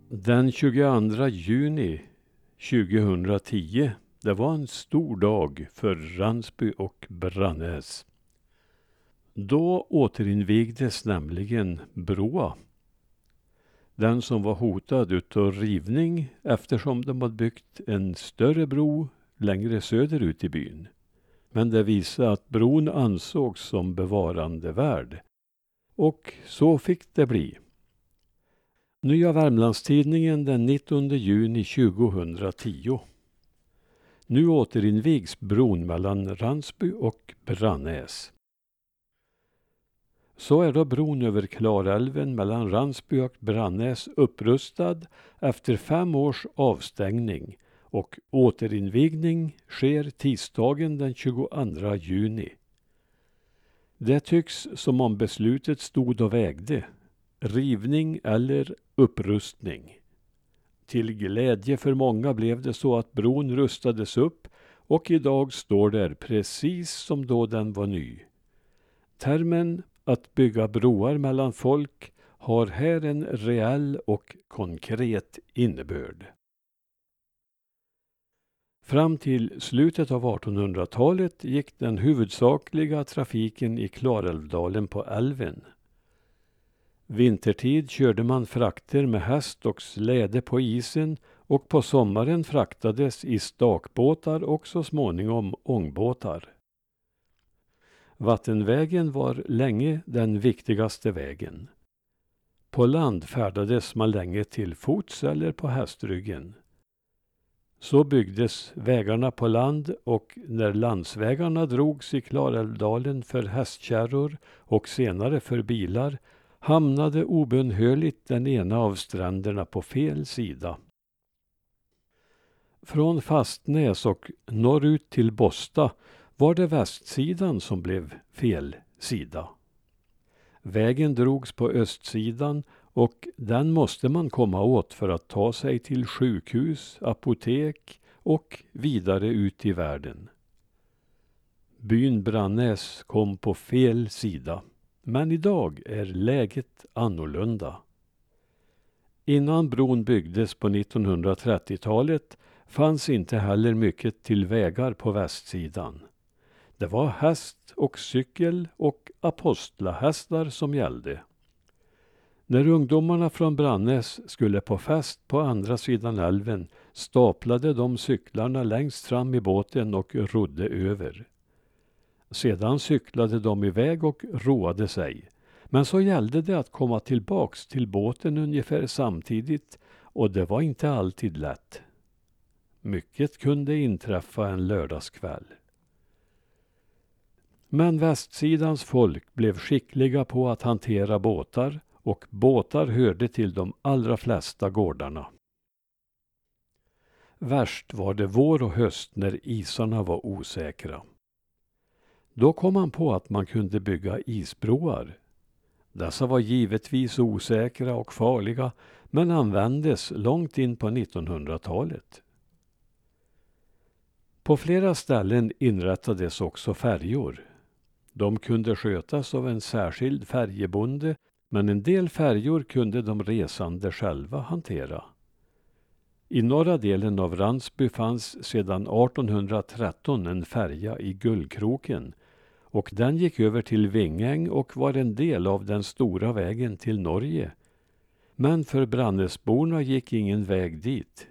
Den 22 juni 2010, det var en stor dag för Ransby och Brannäs. Då återinvigdes nämligen Broa. Den som var hotad utav rivning eftersom de hade byggt en större bro längre söderut i byn. Men det visade att bron ansågs som bevarandevärd. Och så fick det bli. Nya Värmlandstidningen den 19 juni 2010. Nu återinvigs bron mellan Ransby och Brannäs. Så är då bron över Klarälven mellan Ransby och Brannäs upprustad efter 5 års avstängning och återinvigning sker tisdagen den 22 juni. Det tycks som om beslutet stod och vägde. Rivning eller upprustning. Till glädje för många blev det så att bron rustades upp och idag står där precis som då den var ny. Termen att bygga broar mellan folk har här en reell och konkret innebörd. Fram till slutet av 1800-talet gick den huvudsakliga trafiken i Klarälvdalen på älven. Vintertid körde man frakter med häst och släde på isen och på sommaren fraktades i stakbåtar och så småningom ångbåtar. Vattenvägen var länge den viktigaste vägen. På land färdades man länge till fots eller på hästryggen. Så byggdes vägarna på land och när landsvägarna drogs i Klarälvdalen för hästkärror och senare för bilar hamnade obönhörligt den ena av stränderna på fel sida. Från Fastnäs och norrut till Båstad var det västsidan som blev fel sida. Vägen drogs på östsidan och den måste man komma åt för att ta sig till sjukhus, apotek och vidare ut i världen. Byn Brannäs kom på fel sida. Men idag är läget annorlunda. Innan bron byggdes på 1930-talet fanns inte heller mycket till vägar på västsidan. Det var häst och cykel och apostlahästar som gällde. När ungdomarna från Brannäs skulle på fest på andra sidan älven staplade de cyklarna längst fram i båten och rodde över. Sedan cyklade de iväg och roade sig. Men så gällde det att komma tillbaks till båten ungefär samtidigt och det var inte alltid lätt. Mycket kunde inträffa en lördagskväll. Men västsidans folk blev skickliga på att hantera båtar och båtar hörde till de allra flesta gårdarna. Värst var det vår och höst när isarna var osäkra. Då kom man på att man kunde bygga isbroar. Dessa var givetvis osäkra och farliga men användes långt in på 1900-talet. På flera ställen inrättades också färjor. De kunde skötas av en särskild färjebonde men en del färjor kunde de resande själva hantera. I norra delen av Ransby fanns sedan 1813 en färja i Gullkroken och den gick över till Vingäng och var en del av den stora vägen till Norge. Men för Brannäsborna gick ingen väg dit.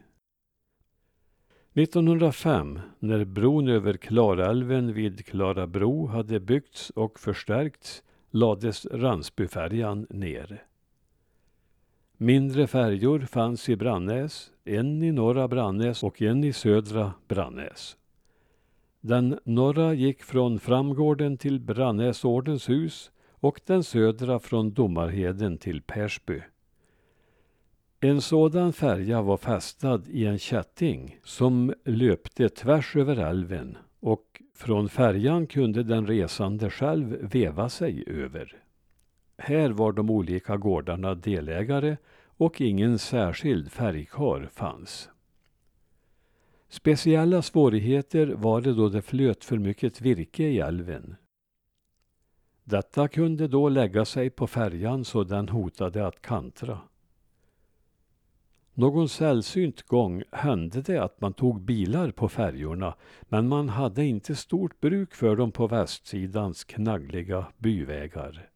1905, när bron över Klarälven vid Klarabro hade byggts och förstärkts, lades Ransbyfärjan ner. Mindre färjor fanns i Brannäs, en i norra Brannäs och en i södra Brannäs. Den norra gick från Framgården till Brannäsordens hus och den södra från Domarheden till Persby. En sådan färja var fästad i en kätting som löpte tvärs över älven och från färjan kunde den resande själv veva sig över. Här var de olika gårdarna delägare och ingen särskild färgkar fanns. Speciella svårigheter var det då det flöt för mycket virke i älven. Detta kunde då lägga sig på färjan så den hotade att kantra. Någon sällsynt gång hände det att man tog bilar på färjorna, men man hade inte stort bruk för dem på västsidans knaggliga byvägar.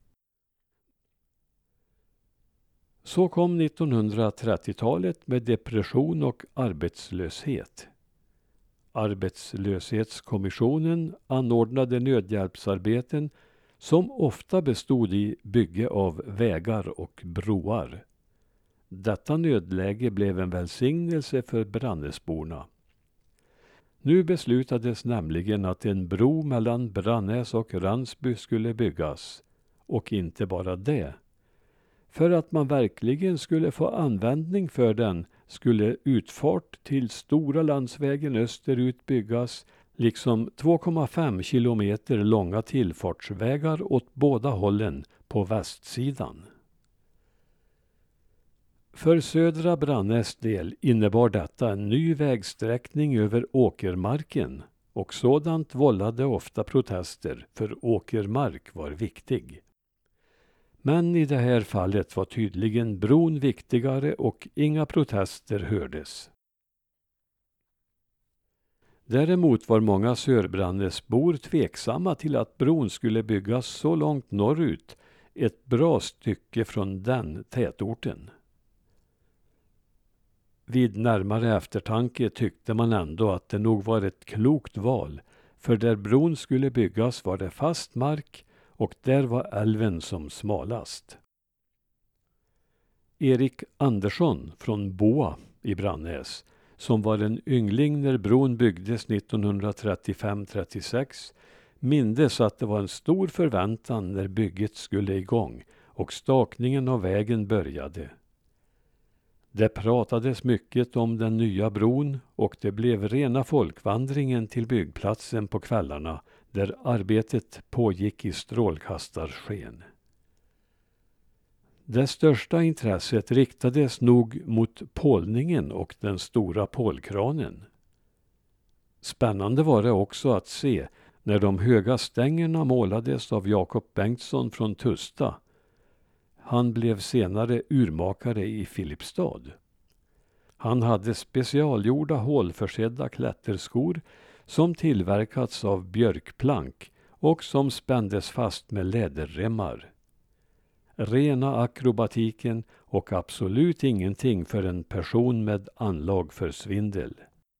Så kom 1930-talet med depression och arbetslöshet. Arbetslöshetskommissionen anordnade nödhjälpsarbeten som ofta bestod i bygge av vägar och broar. Detta nödläge blev en välsignelse för Brannäsborna. Nu beslutades nämligen att en bro mellan Brannäs och Ransby skulle byggas. Och inte bara det. För att man verkligen skulle få användning för den skulle utfart till stora landsvägen österut byggas, liksom 2,5 kilometer långa tillfartsvägar åt båda hållen på västsidan. För södra Brannäs del innebar detta en ny vägsträckning över åkermarken, och sådant vållade ofta protester, för åkermark var viktig. Men i det här fallet var tydligen bron viktigare och inga protester hördes. Däremot var många Sörbrannäsbor tveksamma till att bron skulle byggas så långt norrut, ett bra stycke från den tätorten. Vid närmare eftertanke tyckte man ändå att det nog var ett klokt val, för där bron skulle byggas var det fast mark och där var älven som smalast. Erik Andersson från Boa i Brannäs, som var en yngling när bron byggdes 1935-36, mindes att det var en stor förväntan när bygget skulle igång och stakningen av vägen började. Det pratades mycket om den nya bron och det blev rena folkvandringen till byggplatsen på kvällarna där arbetet pågick i strålkastarsken. Det största intresset riktades nog mot pålningen och den stora pålkranen. Spännande var det också att se när de höga stängerna målades av Jakob Bengtsson från Tusta. Han blev senare urmakare i Filipstad. Han hade specialgjorda hålförsedda klätterskor som tillverkats av björkplank och som spändes fast med läderremmar. Rena akrobatiken och absolut ingenting för en person med anlag för svindel.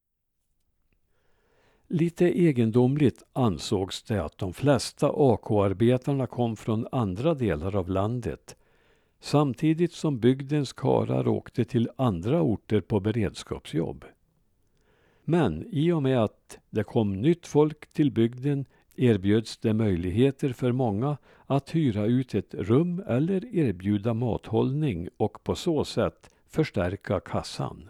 Lite egendomligt ansågs det att de flesta AK-arbetarna kom från andra delar av landet, samtidigt som bygdens karlar åkte till andra orter på beredskapsjobb. Men i och med att det kom nytt folk till bygden erbjöds det möjligheter för många att hyra ut ett rum eller erbjuda mathållning och på så sätt förstärka kassan.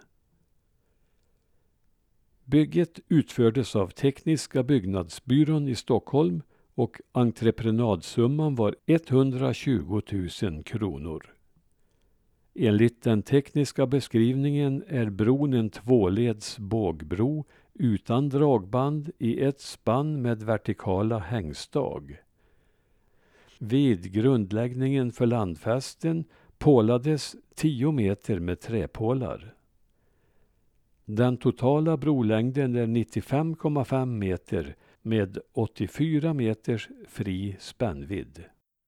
Bygget utfördes av Tekniska byggnadsbyrån i Stockholm och entreprenadsumman var 120 000 kronor. Enligt den tekniska beskrivningen är bron en tvåleds bågbro utan dragband i ett spann med vertikala hängstag. Vid grundläggningen för landfästen pålades 10 meter med träpålar. Den totala brolängden är 95,5 meter med 84 meters fri spännvidd.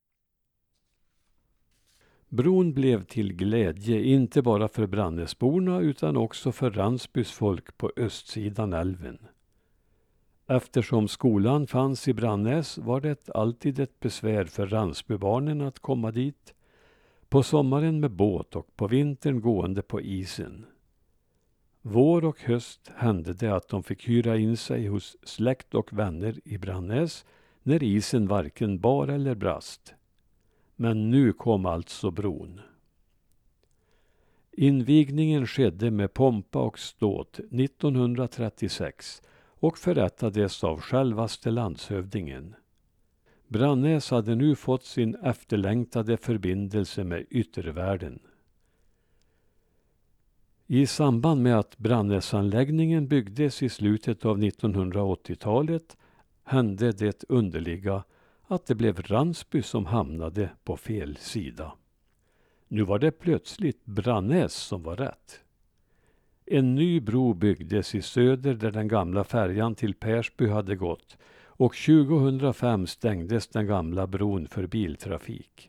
Bron blev till glädje inte bara för Brannäsborna utan också för Ransbys folk på östsidan älven. Eftersom skolan fanns i Brannäs var det alltid ett besvär för Ransbybarnen att komma dit, på sommaren med båt och på vintern gående på isen. Vår och höst hände det att de fick hyra in sig hos släkt och vänner i Brannäs när isen varken bar eller brast. Men nu kom alltså bron. Invigningen skedde med pompa och ståt 1936 och förrättades av självaste landshövdingen. Brannäs hade nu fått sin efterlängtade förbindelse med yttervärlden. I samband med att Brannäsanläggningen byggdes i slutet av 1980-talet hände det underliga att det blev Ransby som hamnade på fel sida. Nu var det plötsligt Brannäs som var rätt. En ny bro byggdes i söder där den gamla färjan till Persby hade gått och 2005 stängdes den gamla bron för biltrafik.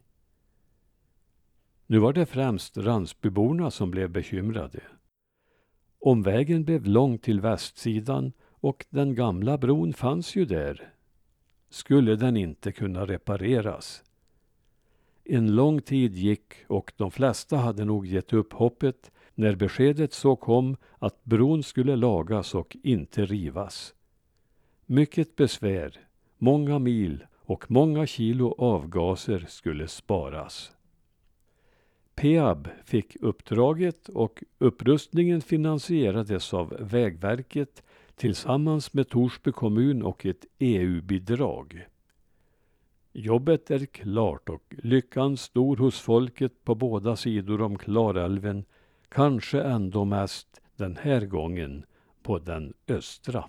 Nu var det främst Ransbyborna som blev bekymrade. Omvägen blev lång till västsidan och den gamla bron fanns ju där. Skulle den inte kunna repareras? En lång tid gick och de flesta hade nog gett upp hoppet när beskedet så kom att bron skulle lagas och inte rivas. Mycket besvär, många mil och många kilo avgaser skulle sparas. Peab fick uppdraget och upprustningen finansierades av Vägverket tillsammans med Torsby kommun och ett EU-bidrag. Jobbet är klart och lyckan stor hos folket på båda sidor om Klarälven, kanske ändå mest den här gången på den östra.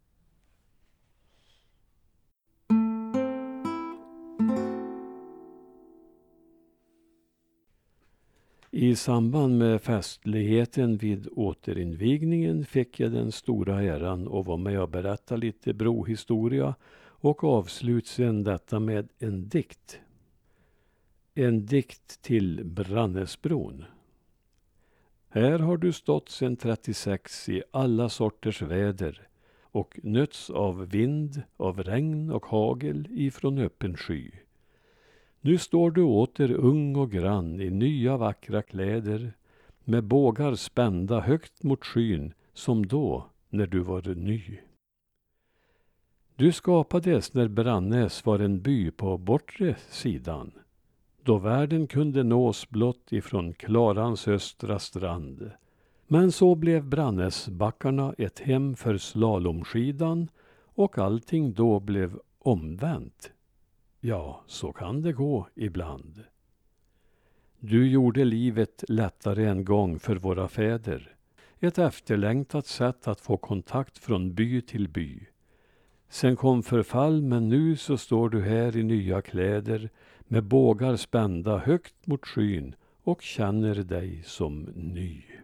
I samband med festligheten vid återinvigningen fick jag den stora äran att vara med och berätta lite brohistoria och avslutsen detta med en dikt. En dikt till Brannäsbron. Här har du stått sedan 36 i alla sorters väder och nötts av vind, av regn och hagel ifrån öppen sky. Nu står du åter ung och grann i nya vackra kläder med bågar spända högt mot skyn som då när du var ny. Du skapades när Brannäs var en by på bortre sidan, då världen kunde nås blott ifrån Klarans östra strand. Men så blev Brannäsbackarna ett hem för slalomskidan och allting då blev omvänt. Ja, så kan det gå ibland. Du gjorde livet lättare en gång för våra fäder. Ett efterlängtat sätt att få kontakt från by till by. Sen kom förfall, men nu så står du här i nya kläder med bågar spända högt mot skyn och känner dig som ny.